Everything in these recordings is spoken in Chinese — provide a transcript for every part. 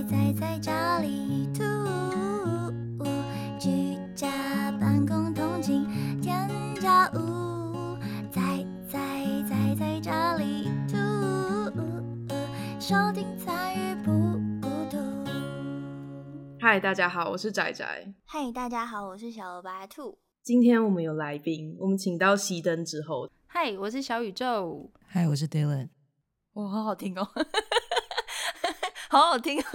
在家里吐，居家办公通勤添加物，在家里吐，收听参与不吐。 嗨，大家好，我是仔仔。 嗨，大家好，我是小白兔。 今天我们有来宾，我们请到熄灯之后。 嗨，我是小宇宙。 嗨，我是 Dylan。 哇，好好听哦，好好听哦。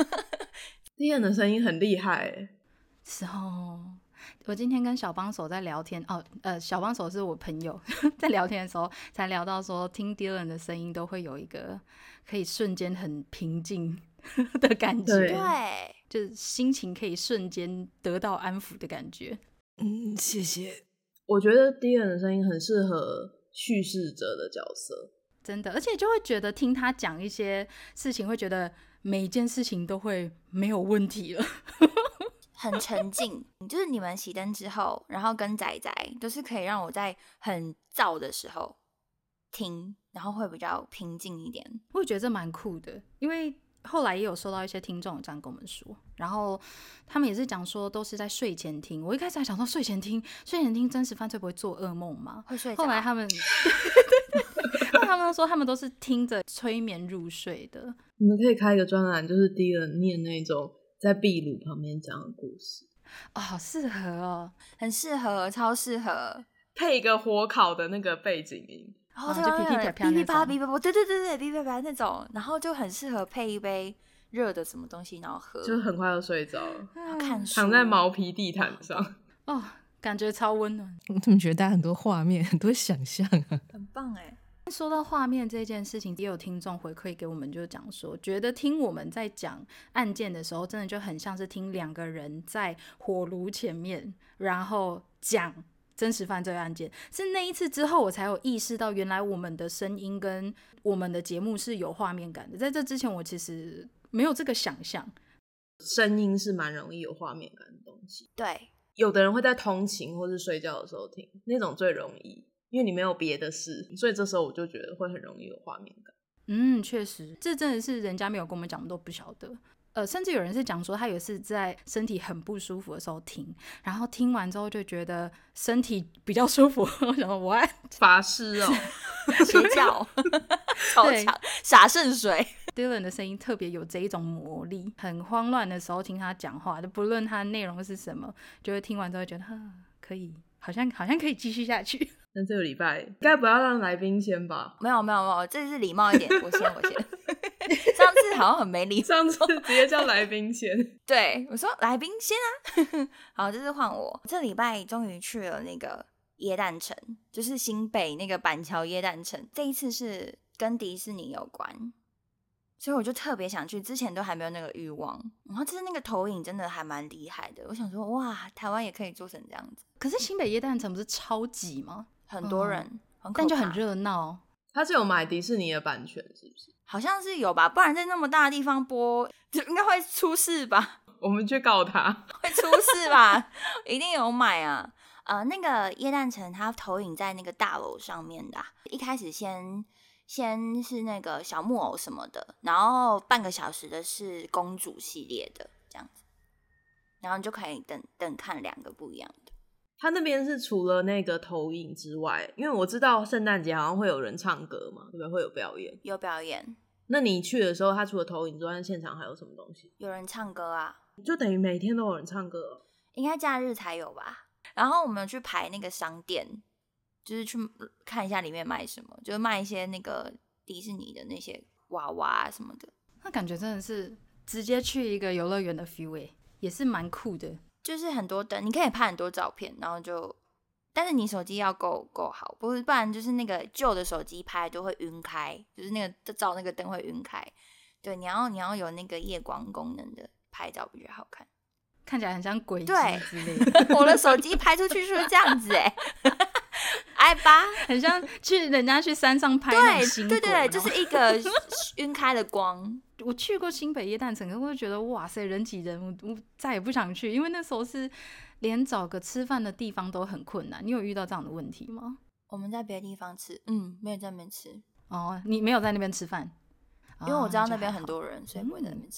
Dylan 的声音很厉害耶。 是哦，我今天跟小帮手在聊天小帮手是我朋友，在聊天的时候才聊到说，听 Dylan 的声音都会有一个可以瞬间很平静的感觉， 对， 就是心情可以瞬间得到安抚的感觉。 谢谢。 我觉得 Dylan 的声音很适合叙事者的角色， 真的，而且就会觉得听他讲一些事情，会觉得每一件事情都会没有问题了。 很沉静。就是你们熄灯之后，然后跟仔仔都是可以让我在很燥的时候听，然后会比较平静一点。 我也觉得这蛮酷的，因为后来也有收到一些听众这样跟我们说，然后他们也是讲说都是在睡前听。我一开始还想说睡前听真实犯罪不会做噩梦吗？ 会睡着。 后来他们后来他们都说他们都是听着催眠入睡的。 你们可以开一个专栏，就是 Dylan 念那种在壁炉旁边讲的故事。 哦，好适合哦， 很适合，超适合， 配一个火烤的那个背景音， 然后就噼噼啪啪那种噼噼啪噼噼啪，对，噼噼啪那种，然后就很适合配一杯热的什么东西，然后喝， 就很快就睡着了， 然后看书， 躺在毛皮地毯上。 哦，感觉超温暖。 我怎么觉得大家很多画面，很多想象啊？ 很棒哎。 说到画面这件事情，也有听众回馈给我们，就讲说觉得听我们在讲案件的时候，真的就很像是听两个人在火炉前面，然后讲真实犯罪案件。是那一次之后，我才有意识到，原来我们的声音跟我们的节目是有画面感的。在这之前，我其实没有这个想象。 声音是蛮容易有画面感的东西， 对， 有的人会在通勤或是睡觉的时候听，那种最容易，因为你没有别的事，所以这时候我就觉得会很容易有画面感。 确实，这真的是人家没有跟我们讲，我们都不晓得。甚至有人是讲说，他有一次在身体很不舒服的时候听，然后听完之后就觉得身体比较舒服。我想说，我法师哦， 邪教，超强，洒圣水。 Dylan 的声音特别有这一种魔力，很慌乱的时候听他讲话，就不论他内容是什么，就会听完之后觉得可以，好像可以继续下去。 那这个礼拜该不要让来宾先吧？ 没有，这是礼貌一点，我先。上次好像很没礼貌， 上次直接叫来宾先。 对，我说来宾先啊。好，这次换我。这礼拜终于去了那个耶诞城，就是新北那个板桥耶诞城。这一次是跟迪士尼有关，所以我就特别想去，之前都还没有那个欲望。然后就是那个投影真的还蛮厉害的，我想说哇，台湾也可以做成这样子。 可是新北耶诞城不是超挤吗？ 很多人，很可怕， 但就很热闹。 他是有买迪士尼的版权是不是？ 好像是有吧，不然在那么大的地方播，就应该会出事吧？ 我们去告他， 会出事吧？一定有买啊！那个耶诞城它投影在那个大楼上面的一开始先是那个小木偶什么的，然后半个小时的是公主系列的这样子，然后你就可以等看两个不一样的。 他那边是除了那个投影之外，因为我知道圣诞节好像会有人唱歌嘛，对不对？会有表演， 有表演。 那你去的时候，他除了投影之外，现场还有什么东西？ 有人唱歌啊， 就等于每天都有人唱歌哦。 应该假日才有吧。然后我们去排那个商店，就是去看一下里面卖什么，就是卖一些那个迪士尼的那些娃娃什么的。 那感觉真的是直接去一个游乐园的 feel 耶，也是蛮酷的。 就是很多灯，你可以拍很多照片，然后但是你手机要够好，不然就是那个旧的手机拍就会晕开，就是那个照那个灯会晕开。对，你要有那个夜光功能的拍照比较好看， 看起来很像轨迹之类的。我的手机拍出去就是这样子爱吧， 很像人家去山上拍那种星轨， 对，就是一个晕开的光。 我去过新北耶诞城，可是我就觉得哇塞，人挤人，我再也不想去，因为那时候是连找个吃饭的地方都很困难。你有遇到这样的问题吗？ 我们在别的地方吃，没有在那边吃。 哦，你没有在那边吃饭？ 因为我知道那边很多人，所以不会在那边吃。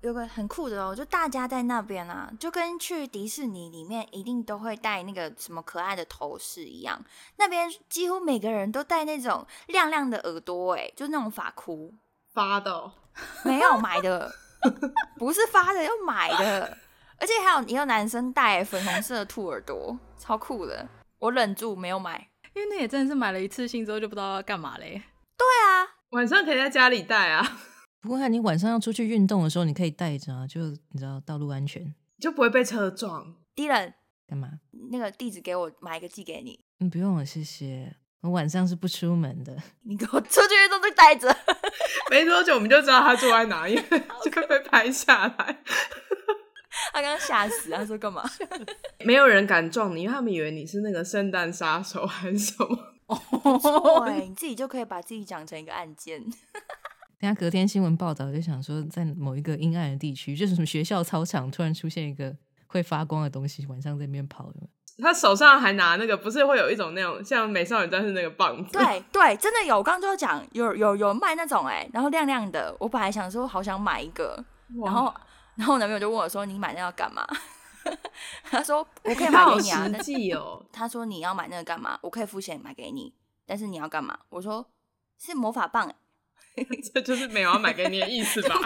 有个很酷的哦，就大家在那边啊，就跟去迪士尼里面一定都会戴那个什么可爱的头饰一样，那边几乎每个人都戴那种亮亮的耳朵，就是那种发箍， 发的哦， 没有买的，不是发的，要买的，而且还有也有男生戴粉红色的兔耳朵，超酷的，我忍住没有买。 因为那也真的是买了一次性之后就不知道要干嘛嘞。 对啊， 晚上可以在家里戴啊， 不过你晚上要出去运动的时候，你可以带着啊，就你知道道路安全。 就不会被车撞。 Dylan， 干嘛？ 那个地址给我，买一个寄给你。 不用了，谢谢。我晚上是不出门的。 你给我出去运动就带着。 没多久我们就知道他住在哪，因为就会被拍下来。 他刚刚吓死，他说干嘛？ 没有人敢撞你，因为他们以为你是那个圣诞杀手还是什么。 对，你自己就可以把自己讲成一个案件。 等下隔天新闻报道就想说，在某一个阴暗的地区，就是什么学校操场突然出现一个会发光的东西，晚上在那边跑的。 他手上还拿那个，不是会有一种那种像美少女战士那个棒子？ 对对，真的有，我刚刚就讲有卖那种然后亮亮的。我本来想说好想买一个，然后我男朋友就问我说：“你买那要干嘛？”他说：“我可以买给你啊。” 好实际哦。 他说：“你要买那个干嘛？我可以付钱买给你，但是你要干嘛？”我说：“是魔法棒。” 这就是没有要买给你的意思吧？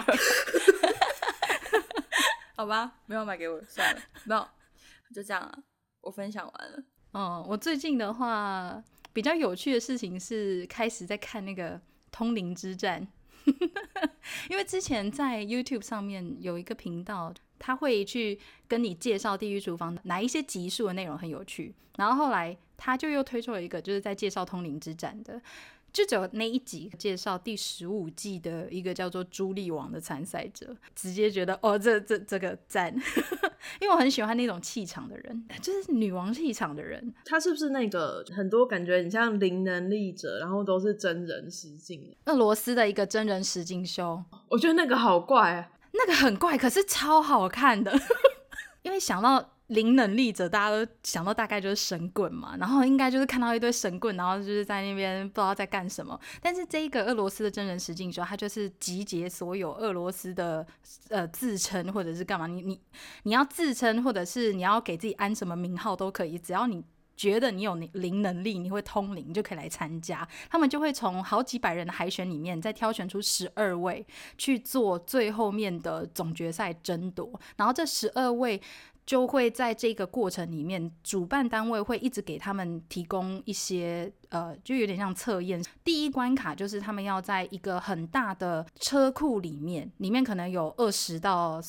好吧，没有买给我算了，没有，就这样啊。我分享完了。 我最近的话比较有趣的事情是开始在看那个通灵之战。因为之前在 YouTube 上面有一个频道，他会去跟你介绍地狱厨房哪一些集数的内容很有趣，然后后来他就又推出了一个就是在介绍通灵之战的，就只有那一集介绍第15季的一个叫做朱莉王的参赛者，直接觉得这个赞。因为我很喜欢那种气场的人，就是女王气场的人。 他是不是那个很多感觉你像灵能力者，然后都是真人实境？ 俄罗斯的一个真人实境秀， 我觉得那个好怪啊， 那个很怪，可是超好看的。因为想到灵能力者，大家都想到大概就是神棍嘛，然后应该就是看到一堆神棍，然后就是在那边不知道在干什么。但是这一个俄罗斯的真人实境秀，它就是集结所有俄罗斯的自称或者是干嘛，你要自称或者是你要给自己安什么名号都可以，只要你觉得你有灵能力，你会通灵，你就可以来参加。他们就会从好几百人的海选里面再挑选出12位去做最后面的总决赛争夺，然后这12位就会在这个过程里面，主办单位会一直给他们提供一些就有点像测验。第一关卡就是他们要在一个很大的车库里面可能有20到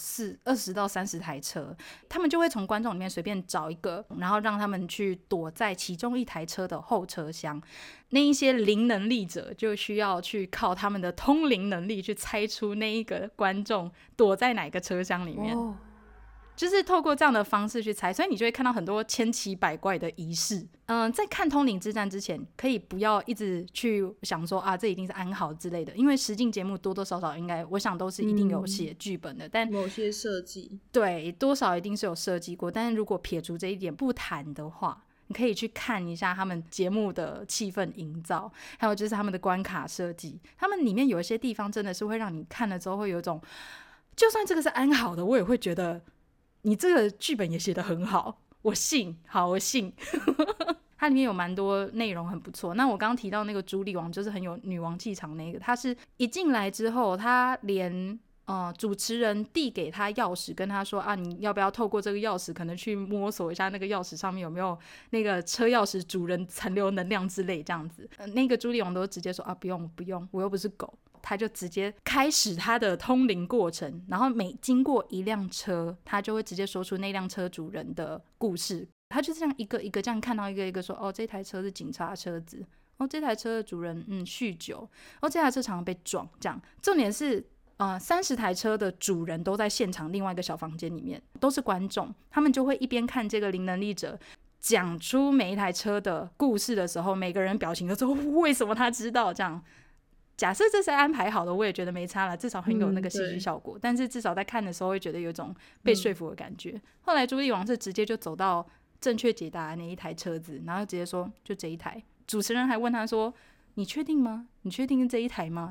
30台车，他们就会从观众里面随便找一个，然后让他们去躲在其中一台车的后车厢。那一些灵能力者就需要去靠他们的通灵能力去猜出那一个观众躲在哪个车厢里面。就是透过这样的方式去猜，所以你就会看到很多千奇百怪的仪式。在看通灵之战之前，可以不要一直去想说啊，这一定是安好之类的，因为实境节目多多少少应该，我想都是一定有写剧本的，但某些设计对多少一定是有设计过。但是如果撇除这一点不谈的话，你可以去看一下他们节目的气氛营造，还有就是他们的关卡设计，他们里面有一些地方真的是会让你看了之后会有一种，就算这个是安好的，我也会觉得你这个剧本也写得很好，我信，好，我信。它里面有蛮多内容很不错。那我刚刚提到那个朱莉王，就是很有女王气场那个，他是一进来之后，他连主持人递给他钥匙，跟他说啊，你要不要透过这个钥匙，可能去摸索一下那个钥匙上面有没有那个车钥匙主人残留能量之类这样子。那个朱莉王都直接说啊，不用，我又不是狗。他就直接开始他的通灵过程，然后每经过一辆车，他就会直接说出那辆车主人的故事。他就这样一个一个这样看到一个一个说，哦，这台车是警察车子，哦，这台车的主人酗酒，哦，这台车常常被撞，这样。重点是30台车的主人都在现场另外一个小房间里面，都是观众，他们就会一边看这个灵能力者讲出每一台车的故事的时候，每个人表情都说为什么他知道这样。假设这是安排好的，我也觉得没差啦，至少很有那个戏剧效果。但是至少在看的时候会觉得有一种被说服的感觉。后来朱莉王是直接就走到正确解答的那一台车子，然后直接说就这一台。主持人还问他说：“你确定吗？你确定是这一台吗？”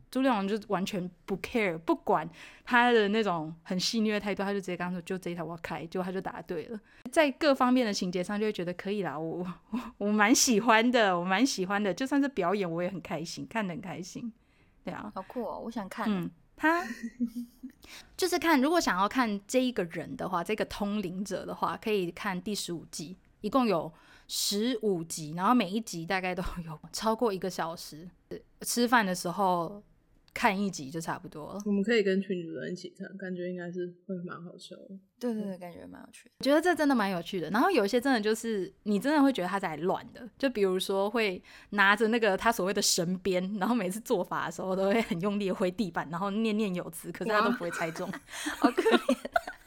朱立伦就完全不 care， 不管他的那种很戏谑的态度，他就直接跟他说就这一台我要开，结果他就答对了。在各方面的情节上就会觉得可以啦，我蛮喜欢的，我蛮喜欢的，就算是表演我也很开心，看得很开心。对啊， 好酷哦，我想看。 他就是看，如果想要看这一个人的话，这个通灵者的话，可以看第15季，一共有15集，然后每一集大概都有超过1个小时，吃饭的时候看一集就差不多了。 我们可以跟群主人一起看，感觉应该是会蛮好笑的。 对对对，感觉蛮有趣的。 我觉得这真的蛮有趣的。然后有一些真的就是你真的会觉得他在乱的，就比如说会拿着那个他所谓的神鞭，然后每次做法的时候都会很用力挥地板，然后念念有词，可是他都不会猜中， 好可怜，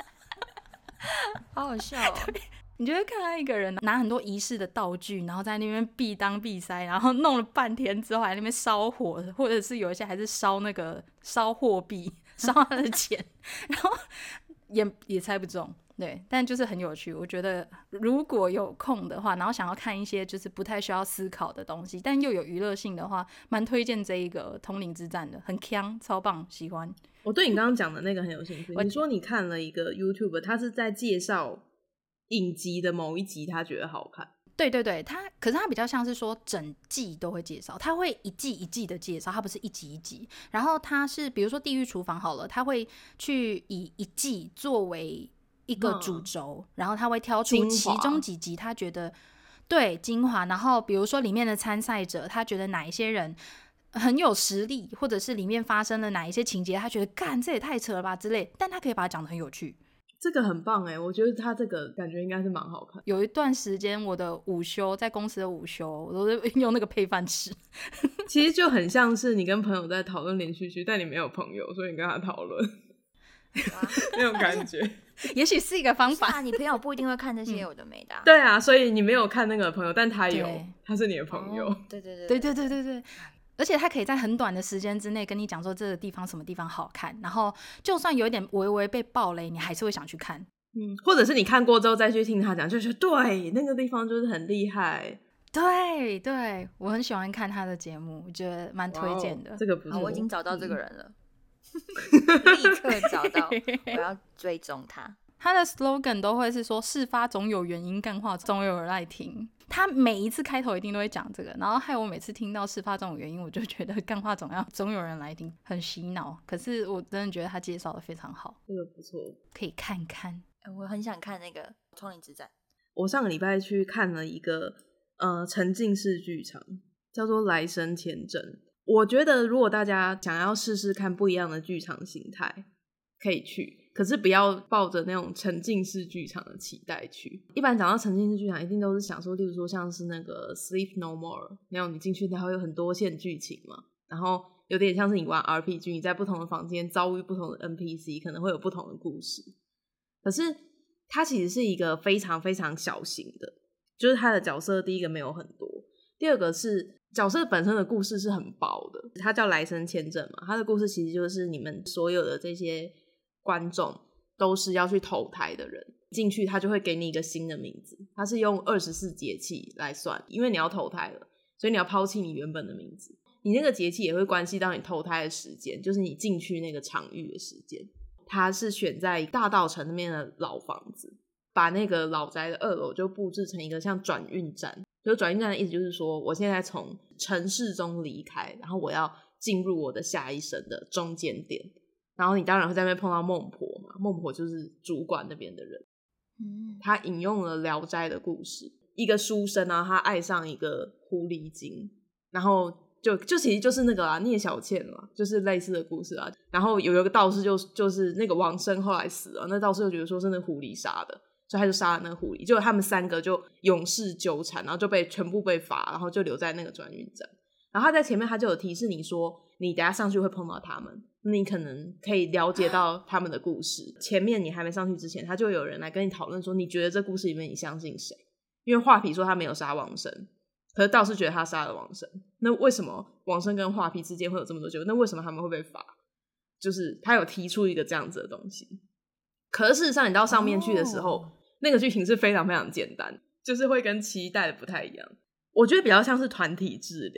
好好笑哦。 你就会看到一个人拿很多仪式的道具，然后在那边闭当闭塞，然后弄了半天之后还在那边烧火，或者是有一些还是烧那个烧货币，烧他的钱，然后也猜不中。对，但就是很有趣。我觉得如果有空的话，然后想要看一些就是不太需要思考的东西，但又有娱乐性的话，蛮推荐这一个通灵之战的，很鏘，超棒，喜欢。 我对你刚刚讲的那个很有兴趣。你说你看了一个 YouTube， 他是在介绍影集的某一集，他觉得好看。 对对对，可是他比较像是说整季都会介绍，他会一季一季的介绍，他不是一集一集。然后他是比如说地狱厨房好了，他会去以一季作为一个主轴，然后他会挑出其中几集他觉得对精华，然后比如说里面的参赛者，他觉得哪一些人很有实力，或者是里面发生了哪一些情节，他觉得干这也太扯了吧之类，但他可以把它讲得很有趣。 这个很棒耶，我觉得他这个感觉应该是蛮好看。 有一段时间我的午休，在公司的午休，我都是用那个配饭吃。 其实就很像是你跟朋友在讨论连续剧，但你没有朋友，所以你跟他讨论那种感觉。 也许是一个方法。 你朋友不一定会看这些有的没的。 对啊，所以你没有看那个朋友，但他有，他是你的朋友。 对对对对对对对对。而且他可以在很短的时间之内跟你讲说这个地方什么地方好看，然后就算有一点微微被爆雷，你还是会想去看。 或者是你看过之后再去听他讲，就是对那个地方就是很厉害。 对对，我很喜欢看他的节目，我觉得蛮推荐的。 这个不错， 我已经找到这个人了，立刻找到，我要追踪他。 他的 slogan 都会是说事发总有原因，干话总有人来听。他每一次开头一定都会讲这个，然后害我每次听到事发总有原因，我就觉得干话总有人来听，很洗脑。可是我真的觉得他介绍的非常好， 这个不错， 可以看看。 我很想看那个通灵之战。 我上个礼拜去看了一个沉浸式剧场，叫做来生签证。我觉得如果大家想要试试看不一样的剧场形态，可以去，可是不要抱着那种沉浸式剧场的期待去。一般讲到沉浸式剧场，一定都是想说，例如说像是那个 Sleep No More 那种，你进去它会有很多线剧情嘛，然后有点像是你玩 RPG， 你在不同的房间遭遇不同的 NPC， 可能会有不同的故事。可是它其实是一个非常非常小型的，就是它的角色第一个没有很多，第二个是角色本身的故事是很薄的。它叫来生签证嘛，它的故事其实就是你们所有的这些观众都是要去投胎的人，进去他就会给你一个新的名字，他是用24节气来算，因为你要投胎了，所以你要抛弃你原本的名字，你那个节气也会关系到你投胎的时间，就是你进去那个场域的时间。他是选在大稻埕那边的老房子，把那个老宅的2楼就布置成一个像转运站，就转运站的意思就是说我现在从城市中离开，然后我要进入我的下一生的中间点，然后你当然会在那边碰到孟婆嘛，孟婆就是主管那边的人。他引用了聊斋的故事，一个书生啊，他爱上一个狐狸精，然后就其实就是那个聂小倩嘛，就是类似的故事啊。然后有一个道士就是那个王生后来死了，那道士就觉得说是那狐狸杀的，所以他就杀了那个狐狸，结果他们3个就永世纠缠，然后就全部被罚，然后就留在那个转运站。然后他在前面他就有提示你说你等一下上去会碰到他们，你可能可以了解到他们的故事。前面你还没上去之前，他就有人来跟你讨论说你觉得这故事里面你相信谁，因为画皮说他没有杀王生，可是道士觉得他杀了王生，那为什么王生跟画皮之间会有这么多纠葛？那为什么他们会被罚？就是他有提出一个这样子的东西。可是事实上你到上面去的时候，那个剧情是非常非常简单，就是会跟期待的不太一样。我觉得比较像是团体治疗，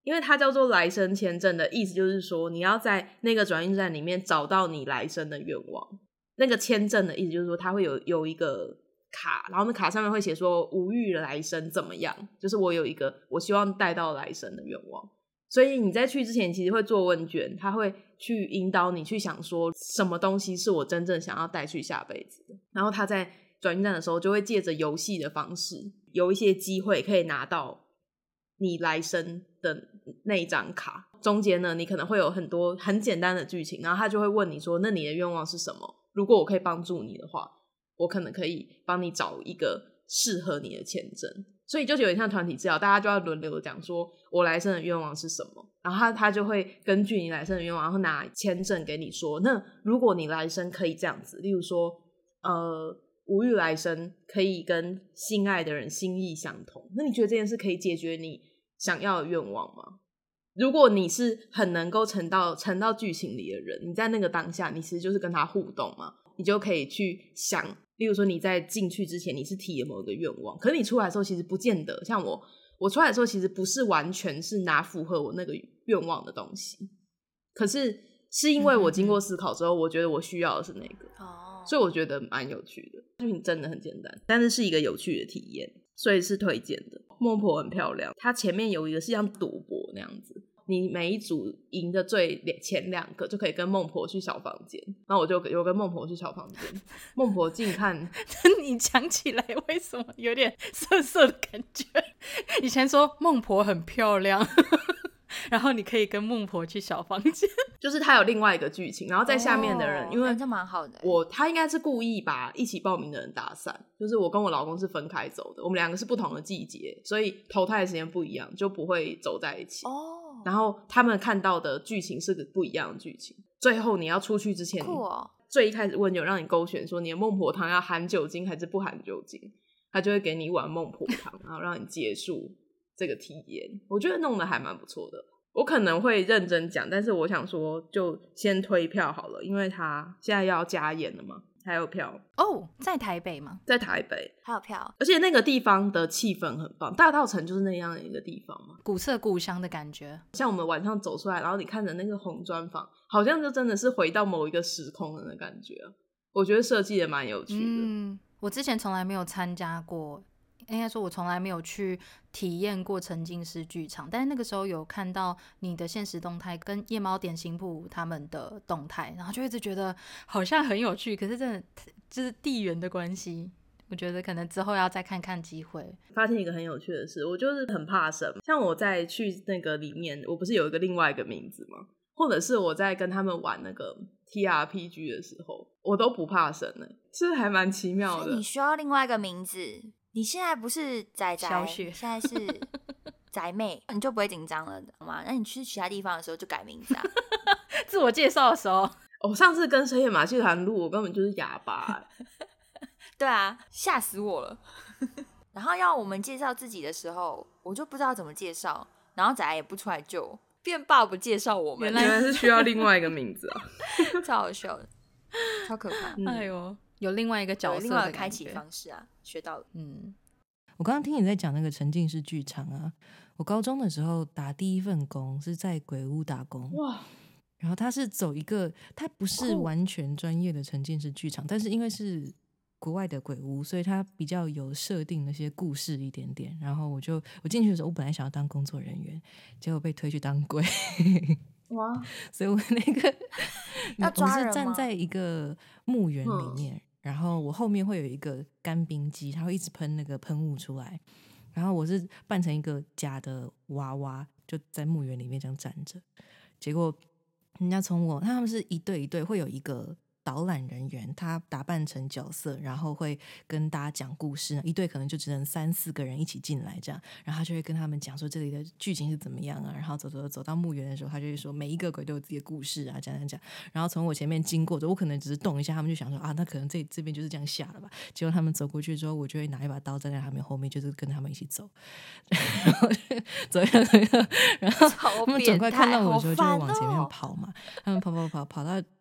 因为它叫做来生签证的意思就是说你要在那个转运站里面找到你来生的愿望。那个签证的意思就是说它会有一个卡，然后那卡上面会写说无欲来生怎么样，就是我有一个我希望带到来生的愿望。所以你在去之前其实会做问卷，他会去引导你去想说什么东西是我真正想要带去下辈子的，然后他在转运站的时候就会借着游戏的方式有一些机会可以拿到你来生的那一张卡。中间呢你可能会有很多很简单的剧情，然后他就会问你说那你的愿望是什么，如果我可以帮助你的话，我可能可以帮你找一个适合你的签证。所以就有点像团体治疗，大家就要轮流讲说我来生的愿望是什么，然后他就会根据你来生的愿望然后拿签证给你说那如果你来生可以这样子，例如说无欲来生可以跟心爱的人心意相通，那你觉得这件事可以解决你想要的愿望吗？如果你是很能够沉到剧情里的人，你在那个当下你其实就是跟他互动嘛，你就可以去想，例如说你在进去之前你是提了某一个愿望，可是你出来的时候其实不见得，像我出来的时候其实不是完全是拿符合我那个愿望的东西，可是是因为我经过思考之后我觉得我需要的是那个所以我觉得蛮有趣的，剧情真的很简单，但是是一个有趣的体验，所以是推荐的。孟婆很漂亮，它前面有一个是像赌博那样子，你每一组赢的最前2个就可以跟孟婆去小房间，然后我就有跟孟婆去小房间，孟婆近看你讲起来为什么有点涩涩的感觉？以前说孟婆很漂亮然后你可以跟孟婆去小房间， 就是他有另外一个剧情，然后在下面的人因为这蛮好的他应该是故意把一起报名的人打散，就是我跟我老公是分开走的，我们2个是不同的季节，所以投胎的时间不一样，就不会走在一起然后他们看到的剧情是个不一样的剧情。最后你要出去之前酷哦， 最一开始问有让你勾选说你的孟婆汤要含酒精还是不含酒精，他就会给你一碗孟婆汤然后让你结束这个体验，我觉得弄得还蛮不错的。我可能会认真讲，但是我想说就先推票好了，因为他现在要加演了嘛，还有票在台北吗？ 在台北还有票， 而且那个地方的气氛很棒，大稻埕就是那样的一个地方嘛， 古色古香的感觉， 像我们晚上走出来然后你看着那个红砖房，好像就真的是回到某一个时空的那感觉我觉得设计的蛮有趣的我之前从来没有参加过，应该说我从来没有去体验过沉浸式剧场，但是那个时候有看到你的现实动态跟夜猫点心铺他们的动态，然后就一直觉得好像很有趣，可是真的就是地缘的关系，我觉得可能之后要再看看机会。 发现一个很有趣的事，我就是很怕生，像我在去那个里面我不是有一个另外一个名字吗，或者是我在跟他们玩那个 TRPG 的时候我都不怕生是还蛮奇妙的。 所以你需要另外一个名字，你现在不是仔仔， 小雪现在是仔妹，你就不会紧张了好吗？那你去其他地方的时候就改名字自我介绍的时候我上次跟深夜马戏团录我根本就是哑巴对啊，吓死我了然后要我们介绍自己的时候我就不知道怎么介绍，然后仔仔也不出来救，变爸不介绍我们， 原来是需要另外一个名字超好笑的，超可怕哎呦，有另外一个角色的有另外一个开启方式学到了我刚刚听你在讲那个沉浸式剧场我高中的时候打第一份工是在鬼屋打工哇， 然后他是走一个他不是完全专业的沉浸式剧场，但是因为是国外的鬼屋，所以他比较有设定那些故事一点点，然后我进去的时候我本来想要当工作人员，结果被推去当鬼哇， 所以我那个要抓人吗？ 我是站在一个墓园里面然后我后面会有一个干冰机，它会一直喷那个喷雾出来，然后我是扮成一个假的娃娃就在墓园里面这样站着，结果人家他们是一对一对，会有一个导览人员，他打扮成角色，然后会跟大家讲故事，一队可能就只能3-4个人一起进来这样，然后他就会跟他们讲说这里的剧情是怎么样然后走到墓园的时候，他就会说每一个鬼都有自己的故事讲，然后从我前面经过我可能只是动一下，他们就想说那可能这边就是这样下了吧，结果他们走过去之后，我就会拿一把刀站在他们后面，就是跟他们一起走然后走一下然后他们转过来看到我的时候就会往前面跑嘛，他们跑到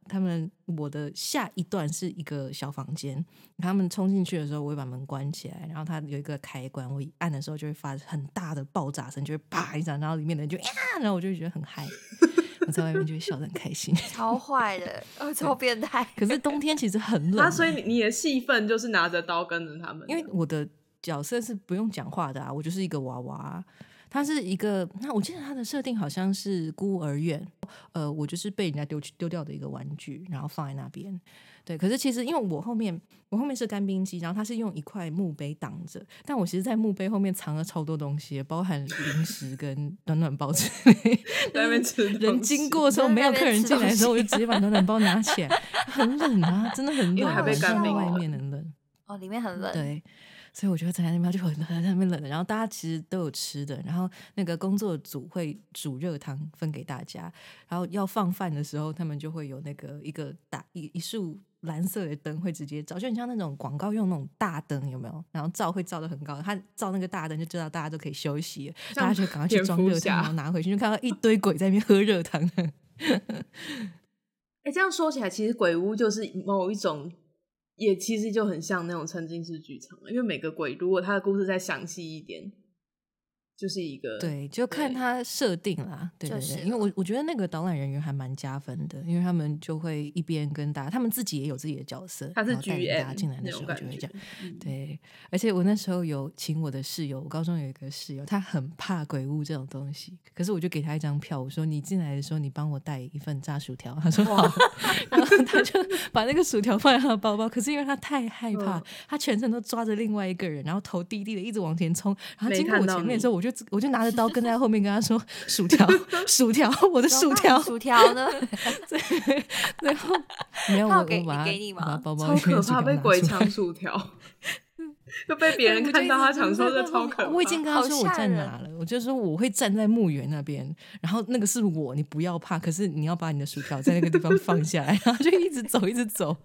我的下一段是一个小房间，他们冲进去的时候我会把门关起来，然后它有一个开关，我一按的时候就会发很大的爆炸声，就会啪一声，然后里面的人就然后我就会觉得很嗨，我在外面就会笑得很开心。 超坏的，超变态。 可是冬天其实很冷， 所以你的戏份就是拿着刀跟着他们， 因为我的角色是不用讲话的啊，我就是一个娃娃。他是一个，那我记得他的设定好像是孤儿院，我就是被人家丢掉的一个玩具，然后放在那边。对，可是其实因为我后面是干冰机，然后它是用一块墓碑挡着，但我其实在墓碑后面藏了超多东西，包含零食跟暖暖包之类。 在那边吃东西， 人经过的时候，没有客人进来的时候，我就直接把暖暖包拿起来，很冷啊，真的很冷， 因为还被干冰外面很冷。 哦，里面很冷。 对。所以我就站在那边就很在那边冷的，然后大家其实都有吃的，然后那个工作组会煮热汤分给大家，然后要放饭的时候，他们就会有那个一束蓝色的灯会直接照，就很像那种广告用那种大灯，有没有？然后照会照得很高，他照那个大灯就知道大家都可以休息了，大家就赶快去装热汤，然后拿回去，就看到一堆鬼在那边喝热汤。 这样说起来，其实鬼屋就是某一种。也其实就很像那种沉浸式剧场，因为每个鬼如果他的故事再详细一点，就是一个对，就看他设定啦，对对对，因为我觉得那个导览人员还蛮加分的，因为他们就会一边跟大家，他们自己也有自己的角色， 他是带着大家进来的时候就会这样，对。而且我那时候有请我的室友，我高中有一个室友，他很怕鬼屋这种东西，可是我就给他一张票，我说你进来的时候你帮我带一份炸薯条，他说好，然后他就把那个薯条放在他的包包，可是因为他太害怕，他全程都抓着另外一个人，然后头低低的一直往前冲，然后经过我前面的时候，我就拿着刀跟在后面跟他说薯条薯条，我的薯条薯条呢？ 然后没有我给把你吗？ 包包超可怕，被鬼抢薯条，就被别人看到，他想说这超可怕。 我已经跟他说我在哪了，我就说我会站在墓园那边，然后那个是我，你不要怕，可是你要把你的薯条在那个地方放下来，然后就一直走一直走，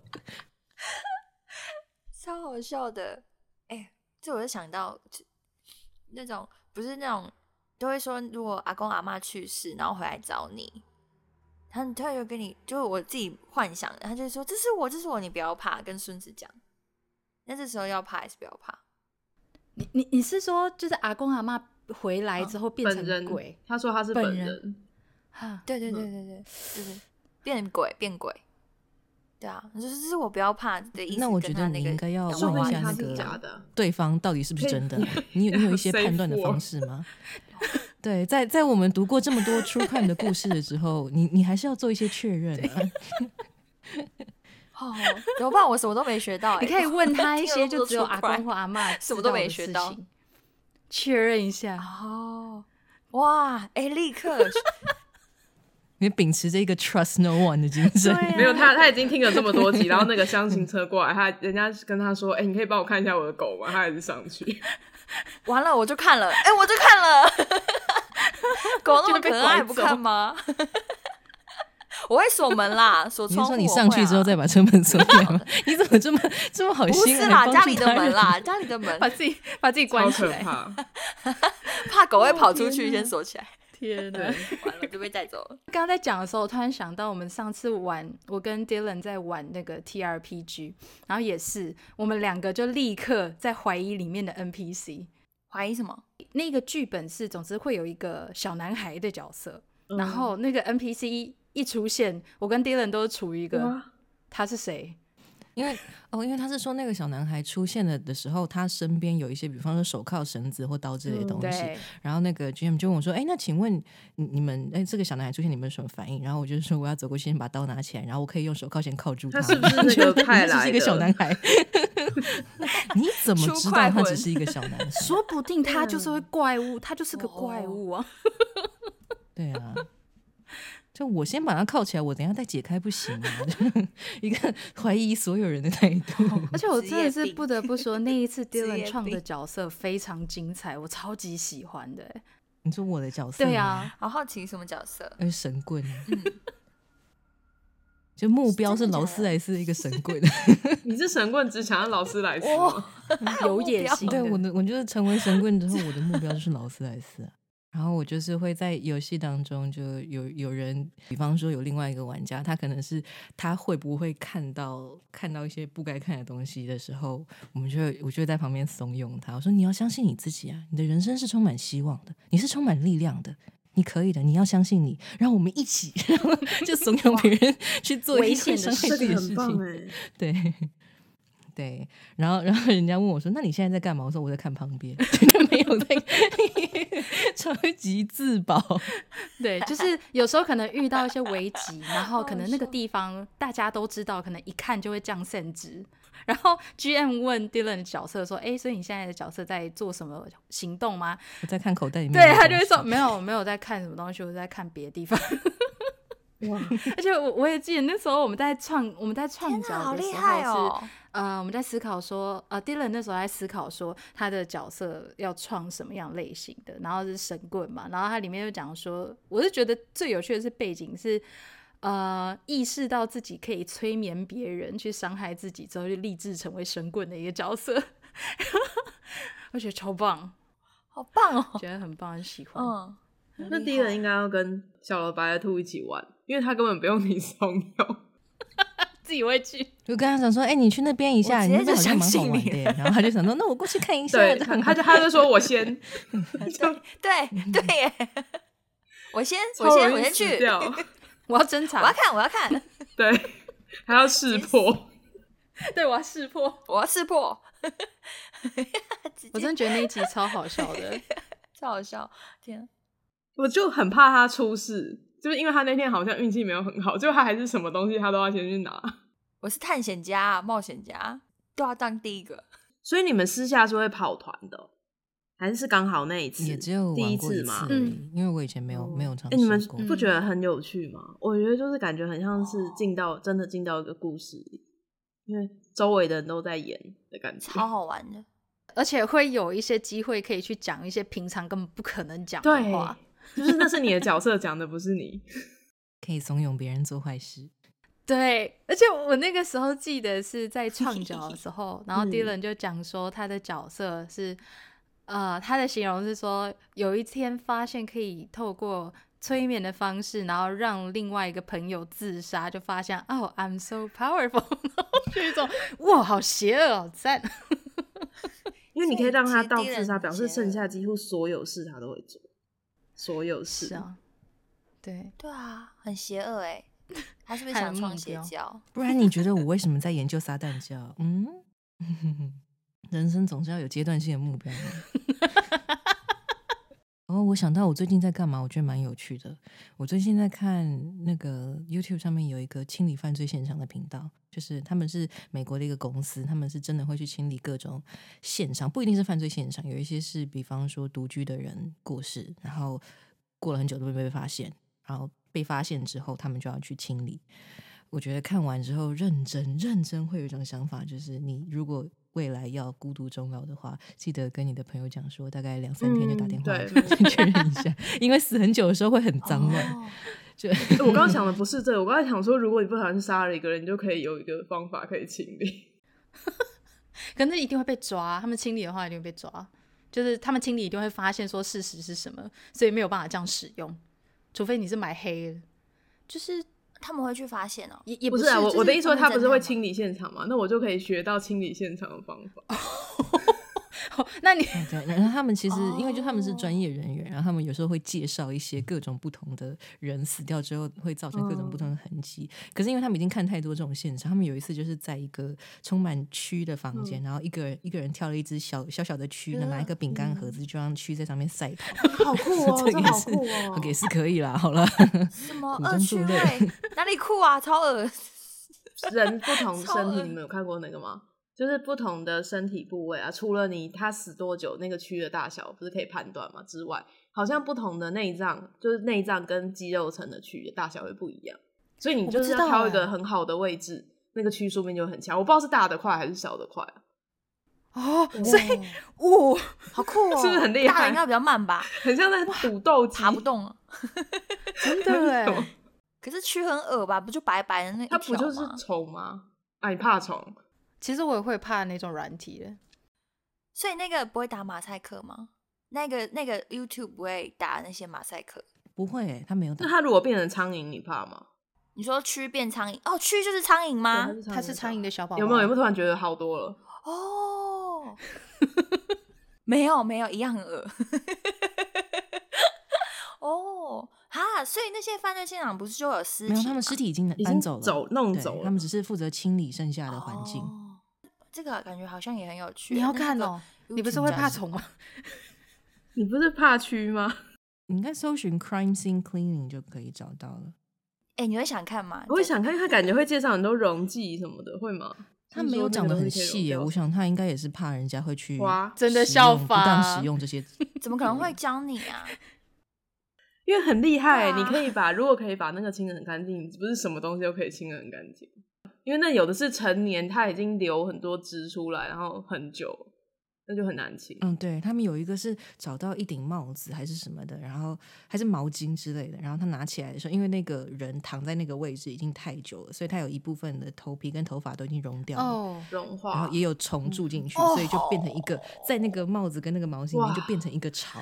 超好笑的。这我就想到那种不是那种都会说，如果阿公阿嬷去世，然后回来找你，他就跟你，就是我自己幻想的，他就说这是我，你不要怕，跟孙子讲。那这时候要怕还是不要怕？ 你是说就是阿公阿嬷回来之后变成鬼？ 他说他是本人。 对，就是变鬼。对啊，就是这是我不要怕的意思。 那我觉得你应该要问一下那个对方到底是不是真的，你有一些判断的方式吗？对，在我们读过这么多 true crime 的故事的时候，你还是要做一些确认啊。 怎么办？我什么都没学到。 你可以问他一些就只有阿公或阿嬷什么都没学到， 确认一下。 哇，立刻。 你秉持着一个 trust no one 的精神， 没有他已经听了这么多集，然后那个箱型车过来，人家跟他说，你可以帮我看一下我的狗吗？他还是上去， 完了我就看了，我就看了，狗那么可爱不看吗？我会锁门啦，锁窗户。 你说你上去之后再把车门锁起来吗？你怎么这么好心？ 不是啦，家里的门啦，家里的门， 把自己关起来， 怕狗会跑出去，先锁起来。 天哪， 完了就被带走了。 刚刚在讲的时候，我突然想到我们上次我跟 Dylan 在玩那个 TRPG， 然后也是我们两个就立刻在怀疑里面的 NPC。 怀疑什么？ 那个剧本是总之会有一个小男孩的角色，然后那个 NPC 一出现，我跟 Dylan 都处于一个他是谁？ 因为他是说那个小男孩出现了的时候，他身边有一些，比方说手铐、绳子或刀之类的东西。然后那个 GM 就问我说：“那请问你们，这个小男孩出现，你们有什么反应？”然后我就说：“我要走过去，先把刀拿起来，然后我可以用手铐先铐住他。” 他是不是那个派来的？ 他是一个小男孩。你怎么知道他只是一个小男孩？ 说不定他就是会怪物，他就是个怪物啊！ 对啊。就我先把它铐起来，我等一下再解开不行吗？一个怀疑所有人的态度。 而且我真的是不得不说，那一次 Dylan 创的角色非常精彩，我超级喜欢的。 你说我的角色？ 对啊， 好好奇什么角色？ 神棍。就目标是劳斯莱斯的一个神棍。 你是神棍，只想要劳斯莱斯吗？ 有野心。 对，我就是成为神棍之后，我的目标就是劳斯莱斯。 然后我就是会在游戏当中就有人，比方说有另外一个玩家，他可能是他会不会看到一些不该看的东西的时候，我就会在旁边怂恿他，我说你要相信你自己啊，你的人生是充满希望的，你是充满力量的，你可以的，你要相信你，然后我们一起，然后就怂恿别人去做一些伤害自己的事情。对对，然后人家问我说：“那你现在在干嘛？”我说：“我在看旁边，就没有在超级自保。” 对，就是有时候可能遇到一些危急，然后可能那个地方大家都知道，可能一看就会降甚值。然后 GM 问 Dylan 的角色说：“所以你现在的角色在做什么行动吗？” 我在看口袋里面。 对，他就会说：“没有在看什么东西，我在看别的地方。”哇！而且我也记得那时候我们在创角的时候是，我们在思考说，Dylan 那时候在思考说他的角色要创什么样类型的，然后是神棍嘛，然后他里面就讲说，我是觉得最有趣的是背景是，意识到自己可以催眠别人去伤害自己之后，就立志成为神棍的一个角色，我觉得超棒， 好棒哦， 觉得很棒，很喜欢。 那第一人应该要跟小了白的兔一起玩，因为他根本不用你怂恿， 自己会去。 就跟他讲说：“你去那边一下，你那边好像蛮好玩的。”然后他就想说：“那我过去看一下。” 对，他就说：“我先。” 对耶，我先去， 我要侦查， 我要看， 对，还要识破， 对，我要识破。我真的觉得那一集超好笑的， 超好笑，天！ 我就很怕他出事，就是因为他那天好像运气没有很好，就他还是什么东西他都要先去拿。 我是探险家、冒险家，都要当第一个。 所以你们私下是会跑团的，还是刚好那一次？ 也只有第一次嘛， 因为我以前没有尝试过。 你们不觉得很有趣吗？我觉得就是感觉很像是真的进到一个故事里，因为周围的人都在演的感觉， 超好玩的。 而且会有一些机会可以去讲一些平常根本不可能讲的话， 就是那是你的角色讲的，不是你。 可以怂恿别人做坏事。 对，而且我那个时候记得是在创角的时候，然后 Dylan 就讲说他的角色是，他的形容是说有一天发现可以透过催眠的方式，然后让另外一个朋友自杀，就发现I'm so powerful， 然后就一种哇好邪恶好赞。 因为你可以让他到自杀，表示剩下几乎所有事他都会做，所有事。 是啊，对啊，很邪恶哎。他是不是想创邪教？ 不然你觉得我为什么在研究撒旦教？人生总是要有阶段性的目标。我想到我最近在干嘛，我觉得蛮有趣的。我最近在看那个 YouTube 上面有一个清理犯罪现场的频道，就是他们是美国的一个公司，他们是真的会去清理各种现场，不一定是犯罪现场，有一些是比方说独居的人过世，然后过了很久都没被发现，然后被发现之后他们就要去清理。我觉得看完之后认真会有一种想法，就是你如果未来要孤独终老的话，记得跟你的朋友讲说大概2-3天就打电话确认一下，因为死很久的时候会很脏乱。 我刚刚想的不是这个，我刚才想说如果你不小心杀了一个人，你就可以有一个方法可以清理。 可是一定会被抓，他们清理的话一定会被抓，就是他们清理一定会发现说事实是什么，所以没有办法这样使用，除非你是买黑的，就是他们会去发现哦。 也不是啊，我的意思说他不是会清理现场吗？那我就可以学到清理现场的方法。 那你对，然后他们其实因为就他们是专业人员，然后他们有时候会介绍一些各种不同的人死掉之后会造成各种不同的痕迹。可是因为他们已经看太多这种现场，他们有一次就是在一个充满蛆的房间，然后一个人挑了一只小的蛆，拿一个饼干盒子就让蛆在上面晒跑。 好酷哦，这好酷哦。 OK 是可以啦，好了。 什么恶趣味？哪里酷啊？超恶。 人不同身体，你们有看过那个吗？就是不同的身体部位啊，除了他死多久那个蛆的大小不是可以判断吗之外，好像不同的内脏，就是内脏跟肌肉层的蛆的大小会不一样，所以你就是要挑一个很好的位置，那个蛆说不定就很强。我不知道是大的快还是小的快所以好酷哦， 是不是很厉害？ 大的应该比较慢吧， 很像在赌斗鸡， 爬不动了。 真的耶。 可是蛆很恶吧？不就白白的那一条吗？ 它不就是虫吗？你怕虫？ 其实我也会怕那种软体的， 所以那个不会打马赛克吗？ 那个 YouTube 不会打那些马赛克？ 不会欸，他没有打那。他如果变成苍蝇，你怕吗？ 你说蛆变苍蝇？哦，蛆就是苍蝇吗？ 它是苍蝇的小宝宝。 有没有突然觉得好多了？ 哦，没有，一样很恶。哦，哈，所以那些犯罪现场不是就有尸体吗？ 没有，他们尸体已经搬走了， 弄走了， 他们只是负责清理剩下的环境。 这个感觉好像也很有趣。 你要看哦，你不是会怕虫吗？ 你不是怕蛆吗？ 你应该搜寻 crime scene cleaning 就可以找到了。 你会想看吗？ 我会想看，他感觉会介绍很多溶剂什么的，会吗？ 他没有讲得很细耶，我想他应该也是怕人家会去真的效法不当使用这些。 怎么可能会教你啊？ 因为很厉害，你可以如果可以把那个清得很干净，不是什么东西都可以清得很干净。因为那有的是成年，他已经流很多汁出来，然后很久，那就很难清。 对，他们有一个是找到一顶帽子还是什么的，然后还是毛巾之类的，然后他拿起来的时候，因为那个人躺在那个位置已经太久了，所以他有一部分的头皮跟头发都已经融掉了， 融化， 然后也有虫住进去，所以就变成一个在那个帽子跟那个毛巾里面就变成一个巢。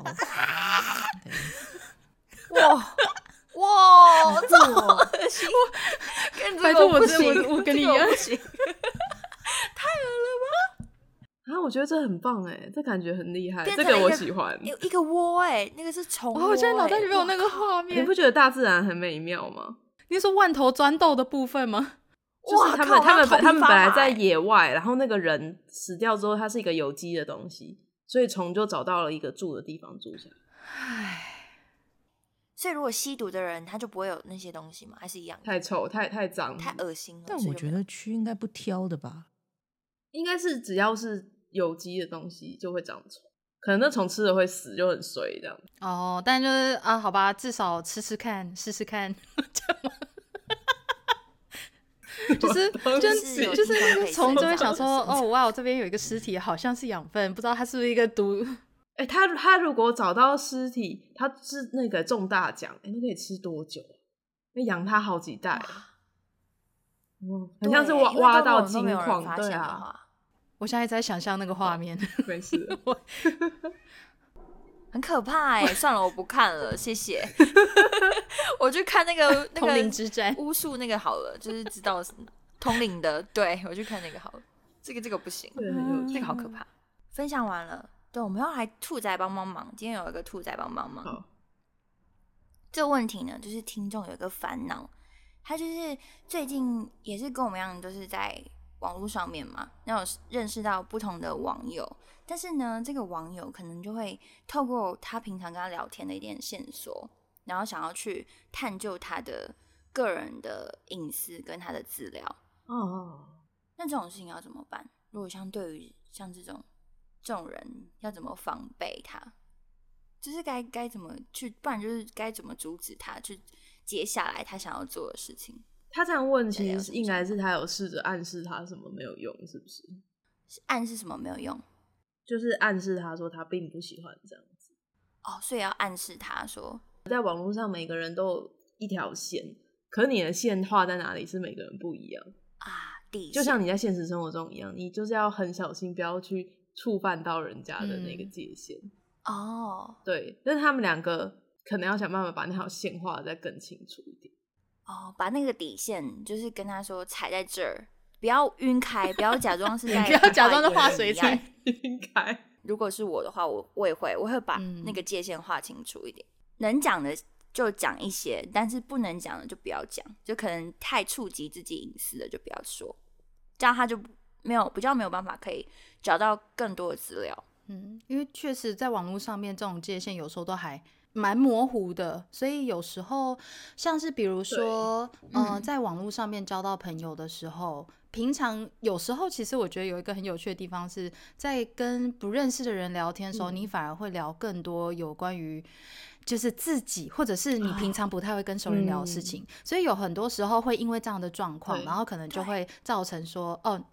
哇，这么恶心！ 拜托我跟你一样， 太恶了吧！ 我觉得这很棒哎，这感觉很厉害，这个我喜欢。 有一个窝那个是虫窝。 我现在脑袋里面有那个画面， 你不觉得大自然很美妙吗？ 你说万头钻豆的部分吗？ 就是他们本来在野外，然后那个人死掉之后，它是一个有机的东西，所以虫就找到了一个住的地方住下来。 所以如果吸毒的人，他就不会有那些东西吗？还是一样？ 太臭、太脏、 太恶心了。 但我觉得蛆应该不挑的吧？ 应该是只要是有机的东西就会长虫，可能那虫吃了会死，就很衰这样。 但就是好吧，至少试试看，就是那个虫就会想说，哇，我这边有一个尸体，好像是养分，不知道它是不是一个毒。 他如果找到尸体，他是那个中大奖，那可以吃多久？那养他好几代，很像是挖到金矿，对啊。 我现在在想象那个画面， 没事， 很可怕算了，我不看了，谢谢。我去看那个通灵之战巫术那个好了，就是知道通灵的，对，我去看那个好了。这个不行，这个好可怕。分享完了。对，我们要来兔仔帮忙。今天有一个兔仔帮忙。这个问题呢，就是听众有一个烦恼，他就是最近也是跟我们一样，都是在网络上面嘛，然后认识到不同的网友，但是呢，这个网友可能就会透过他平常跟他聊天的一点线索，然后想要去探究他的个人的隐私跟他的资料。那这种事情要怎么办？如果对于像这种人要怎么防备他？就是该怎么去，不然就是该怎么阻止他去接下来他想要做的事情。 他这样问，其实应该是他有试着暗示他什么没有用，是不是？ 暗示什么没有用？ 就是暗示他说他并不喜欢这样子。 所以要暗示他说， 在网络上每个人都有一条线，可你的线画在哪里是每个人不一样底线就像你在现实生活中一样，你就是要很小心，不要去触犯到人家的那个界限。对，但是他们两个可能要想办法把那条线画得再更清楚一点。 把那个底线就是跟他说踩在这儿，不要晕开，不要假装是在不要假装在画水彩晕开。 如果是我的话，我也会把那个界限画清楚一点。能讲的就讲一些，但是不能讲的就不要讲，就可能太触及自己隐私的就不要说，这样他就比较没有办法可以找到更多的资料。 因为确实在网络上面这种界限有时候都还蛮模糊的，所以有时候像是比如说在网络上面交到朋友的时候，平常有时候其实我觉得有一个很有趣的地方是在跟不认识的人聊天的时候，你反而会聊更多有关于就是自己或者是你平常不太会跟熟人聊的事情，所以有很多时候会因为这样的状况，然后可能就会造成说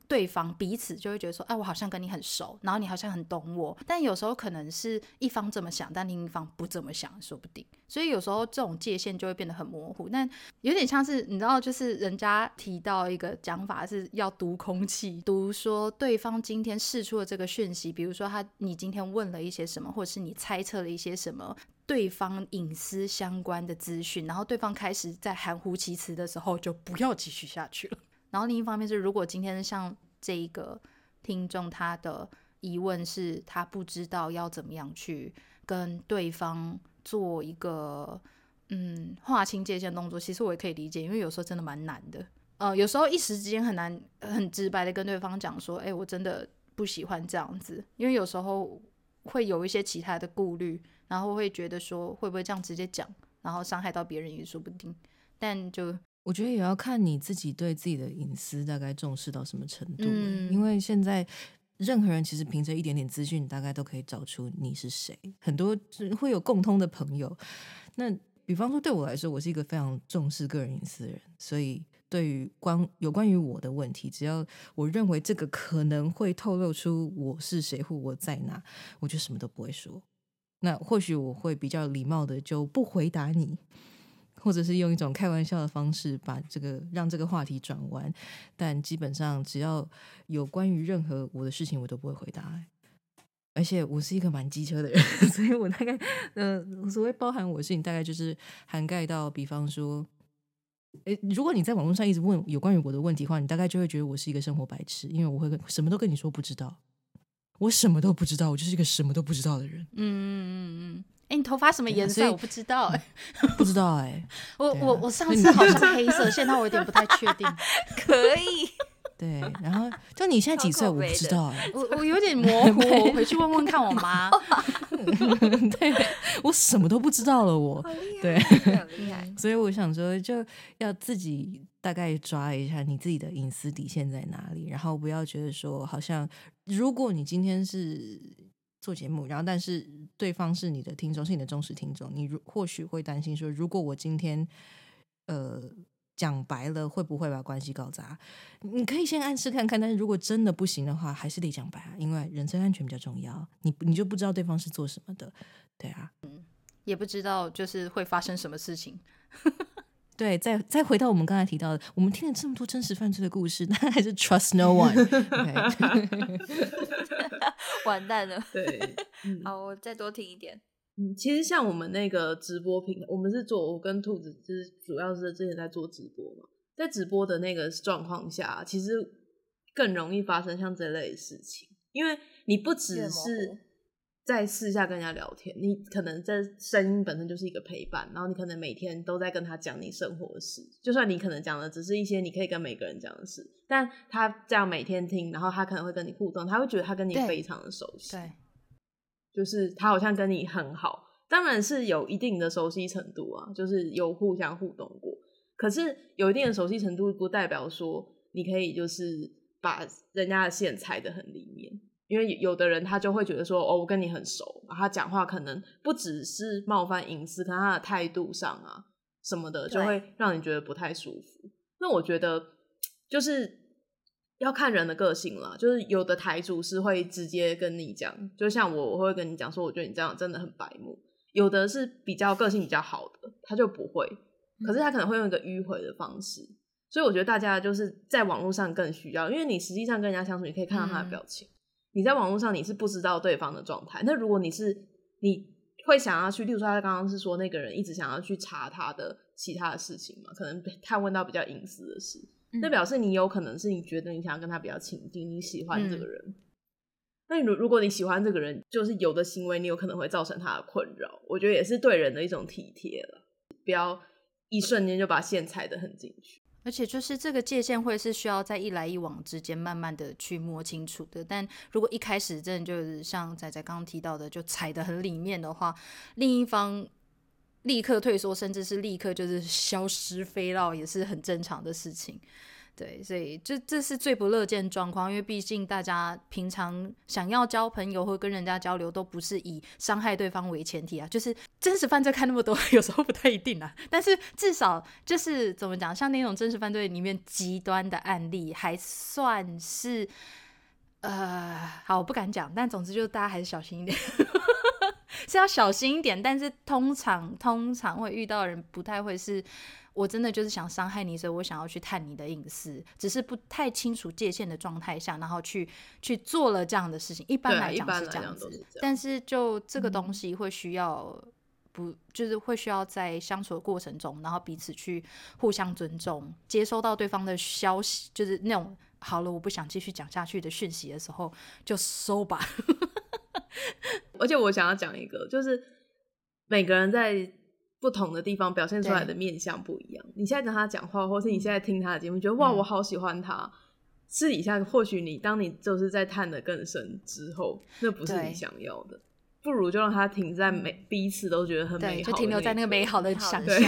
对方彼此就会觉得说，哎，我好像跟你很熟，然后你好像很懂我，但有时候可能是一方这么想，但另一方不这么想，说不定。所以有时候这种界限就会变得很模糊，但有点像是你知道，就是人家提到一个讲法是要读空气，读说对方今天释出的这个讯息，比如说你今天问了一些什么，或者是你猜测了一些什么对方隐私相关的资讯，然后对方开始在含糊其辞的时候，就不要继续下去了。然后另一方面是，如果今天像这一个听众他的疑问是他不知道要怎么样去跟对方做一个划清界限动作，其实我也可以理解，因为有时候真的蛮难的。有时候一时之间很难很直白的跟对方讲说，哎，我真的不喜欢这样子，因为有时候会有一些其他的顾虑，然后会觉得说会不会这样直接讲，然后伤害到别人也说不定。但就我觉得也要看你自己对自己的隐私大概重视到什么程度。因为现在任何人其实凭着一点点资讯大概都可以找出你是谁，很多会有共通的朋友。那比方说对我来说，我是一个非常重视个人隐私的人，所以对于有关于我的问题，只要我认为这个可能会透露出我是谁或我在哪，我就什么都不会说。那或许我会比较礼貌的就不回答你，或者是用一种开玩笑的方式让这个话题转弯，但基本上只要有关于任何我的事情我都不会回答。而且我是一个蛮机车的人，所以我大概所谓包含我的事情大概就是涵盖到比方说如果你在网络上一直问有关于我的问题的话，你大概就会觉得我是一个生活白痴，因为我会什么都跟你说不知道，我什么都不知道，我就是一个什么都不知道的人。 你头发什么颜色？我不知道不知道我上次好像黑色，现在我有点不太确定。 可以。 对，然后就你现在几岁？我不知道我有点模糊，我回去问问看我妈。 对，我什么都不知道了，我对， 很厉害。 所以我想说，就要自己大概抓一下你自己的隐私底线在哪里，然后不要觉得说，好像如果你今天是做节目，然后但是对方是你的听众，是你的忠实听众，你或许会担心说，如果我今天讲白了会不会把关系搞砸？你可以先暗示看看，但是如果真的不行的话，还是得讲白啊，因为人身安全比较重要。你就不知道对方是做什么的，对啊， 也不知道就是会发生什么事情。 对，再回到我们刚才提到的，我们听了这么多真实犯罪的故事，但还是 trust no one 。 完蛋了。 对， 好，我再多听一点。 其实像我们那个直播平台，我跟兔子就是主要是之前在做直播嘛，在直播的那个状况下，其实更容易发生像这类的事情，因为你不只是在私下跟人家聊天，你可能这声音本身就是一个陪伴，然后你可能每天都在跟他讲你生活的事，就算你可能讲的只是一些你可以跟每个人讲的事，但他这样每天听，然后他可能会跟你互动，他会觉得他跟你非常的熟悉。 对， 就是他好像跟你很好，当然是有一定的熟悉程度啊，就是有互相互动过，可是有一定的熟悉程度不代表说你可以就是把人家的线踩得很里面，因为有的人他就会觉得说，我跟你很熟，他讲话可能不只是冒犯隐私，可能他的态度上啊什么的就会让你觉得不太舒服。那我觉得就是要看人的个性啦，就是有的台主是会直接跟你讲，就像我会跟你讲说，我觉得你这样真的很白目。有的是比较个性比较好的，他就不会，可是他可能会用一个迂回的方式。所以我觉得大家就是在网络上更需要，因为你实际上跟人家相处，你可以看到他的表情。你在网络上你是不知道对方的状态，那如果你会想要去，例如说他刚刚是说那个人一直想要去查他的其他的事情嘛，可能探问到比较隐私的事。那表示你有可能是你觉得你想要跟他比较亲近，你喜欢这个人。那如果你喜欢这个人，就是有的行为你有可能会造成他的困扰，我觉得也是对人的一种体贴了，不要一瞬间就把线踩得很进去。 而且就是这个界限会是需要在一来一往之间慢慢的去摸清楚的，但如果一开始真的就是像仔仔刚刚提到的就踩得很里面的话，另一方立刻退缩，甚至是立刻就是消失飞绕，也是很正常的事情。 对，所以这是最不乐见状况，因为毕竟大家平常想要交朋友或跟人家交流都不是以伤害对方为前提啊，就是真实犯罪看那么多有时候不太一定啊，但是至少就是怎么讲，像那种真实犯罪里面极端的案例还算是好，我不敢讲，但总之就是大家还是小心一点是要小心一点，但是通常会遇到的人不太会是我真的就是想伤害你，所以我想要去探你的隐私，只是不太清楚界限的状态下，然后去做了这样的事情。一般来讲是这样子，但是就这个东西会需要就是会需要在相处的过程中，然后彼此去互相尊重，接收到对方的消息，就是那种好了我不想继续讲下去的讯息的时候就收吧而且我想要讲一个，就是每个人在不同的地方表现出来的面向不一样。你现在跟他讲话，或是你现在听他的节目，觉得哇我好喜欢他，私底下或许当你就是在探得更深之后，那不是你想要的，不如就让他停在彼此都觉得很美好的， 对，就停留在那个美好的想象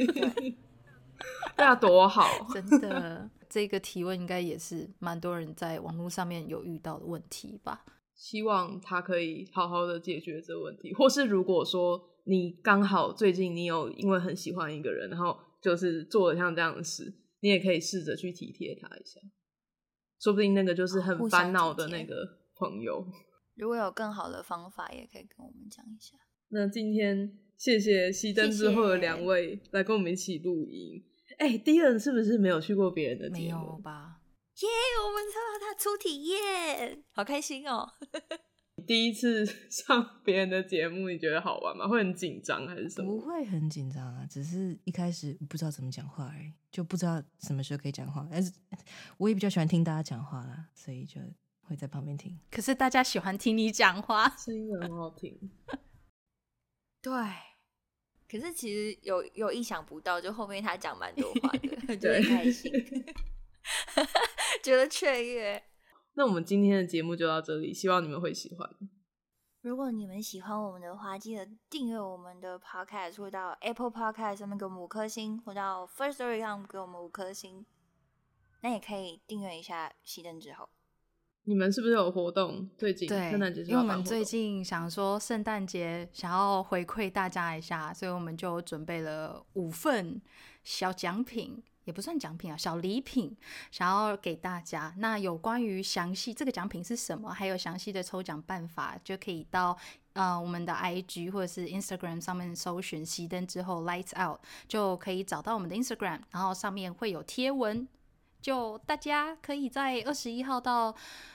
对啊，多好真的这个提问应该也是蛮多人在网络上面有遇到的问题吧。 希望他可以好好的解决这个问题，或是如果说你刚好最近你有因为很喜欢一个人，然后就是做了像这样的事，你也可以试着去体贴他一下，说不定那个就是很烦恼的那个朋友。 如果有更好的方法也可以跟我们讲一下。 那今天谢谢熄灯之后的两位来跟我们一起录音。Dylan 是不是没有去过别人的节目？ 没有吧？ 耶、我们抽到他初体验，好开心哦第一次上别人的节目你觉得好玩吗？会很紧张还是什么？ 不会很紧张啊，只是一开始不知道怎么讲话而已，就不知道什么时候可以讲话，但是我也比较喜欢听大家讲话啦，所以就会在旁边听。 可是大家喜欢听你讲话， 声音很好听对，可是其实有意想不到，就后面他讲蛮多话的就很开心觉得雀跃。 那我们今天的节目就到这里，希望你们会喜欢。 如果你们喜欢我们的话，记得订阅我们的 podcast， 或到 Apple Podcast 上面给我们5颗星，或到 Firstory 上给我们5颗星。那也可以订阅一下熄灯之后。 你们是不是有活动？最近对， 圣诞节因为我们最近想说圣诞节想要回馈大家一下，所以我们就准备了5份小奖品，也不算奖品啊，小礼品，想要给大家。那有关于详细这个奖品是什么，还有详细的抽奖办法，就可以到我们的 IG 或者是 Instagram 上面搜寻熄灯之后 Lights Out， 就可以找到我们的 Instagram， 然后上面会有贴文，就大家可以在21号到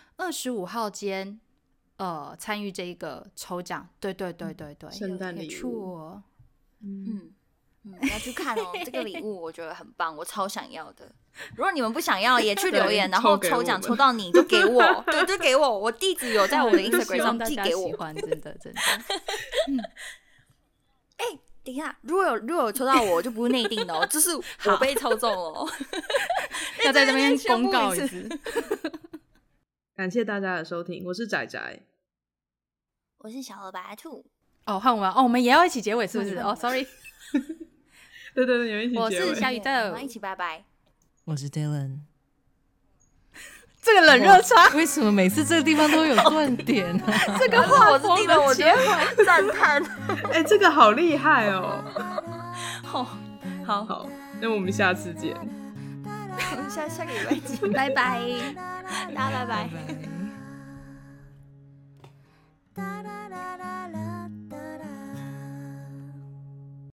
25号间参与这个抽奖。对， 圣诞礼物。 要去看哦这个礼物我觉得很棒，我超想要的。如果你们不想要也去留言然后抽奖抽到你就给我对，就给我，我地址有在我的 Instagram 上寄给我。 喜欢真的等一下，如果有抽到我就不是内定的哦，就是我被抽中哦要在这边公告一次感谢大家的收听，我是仔仔， 我是小鹅白兔。 换我们我们也要一起结尾是不是？Sorry 对，你们一起结尾。 我是小宇宙， 我们一起拜拜。 我是 Dylan。 这个冷热差， 为什么每次这个地方都有断点啊？ 这个话我是Dylan，我觉得赞叹。 这个好厉害哦。 好， 那我们下次见。 我们下个礼拜见， 拜拜， 大家拜拜。 拜拜。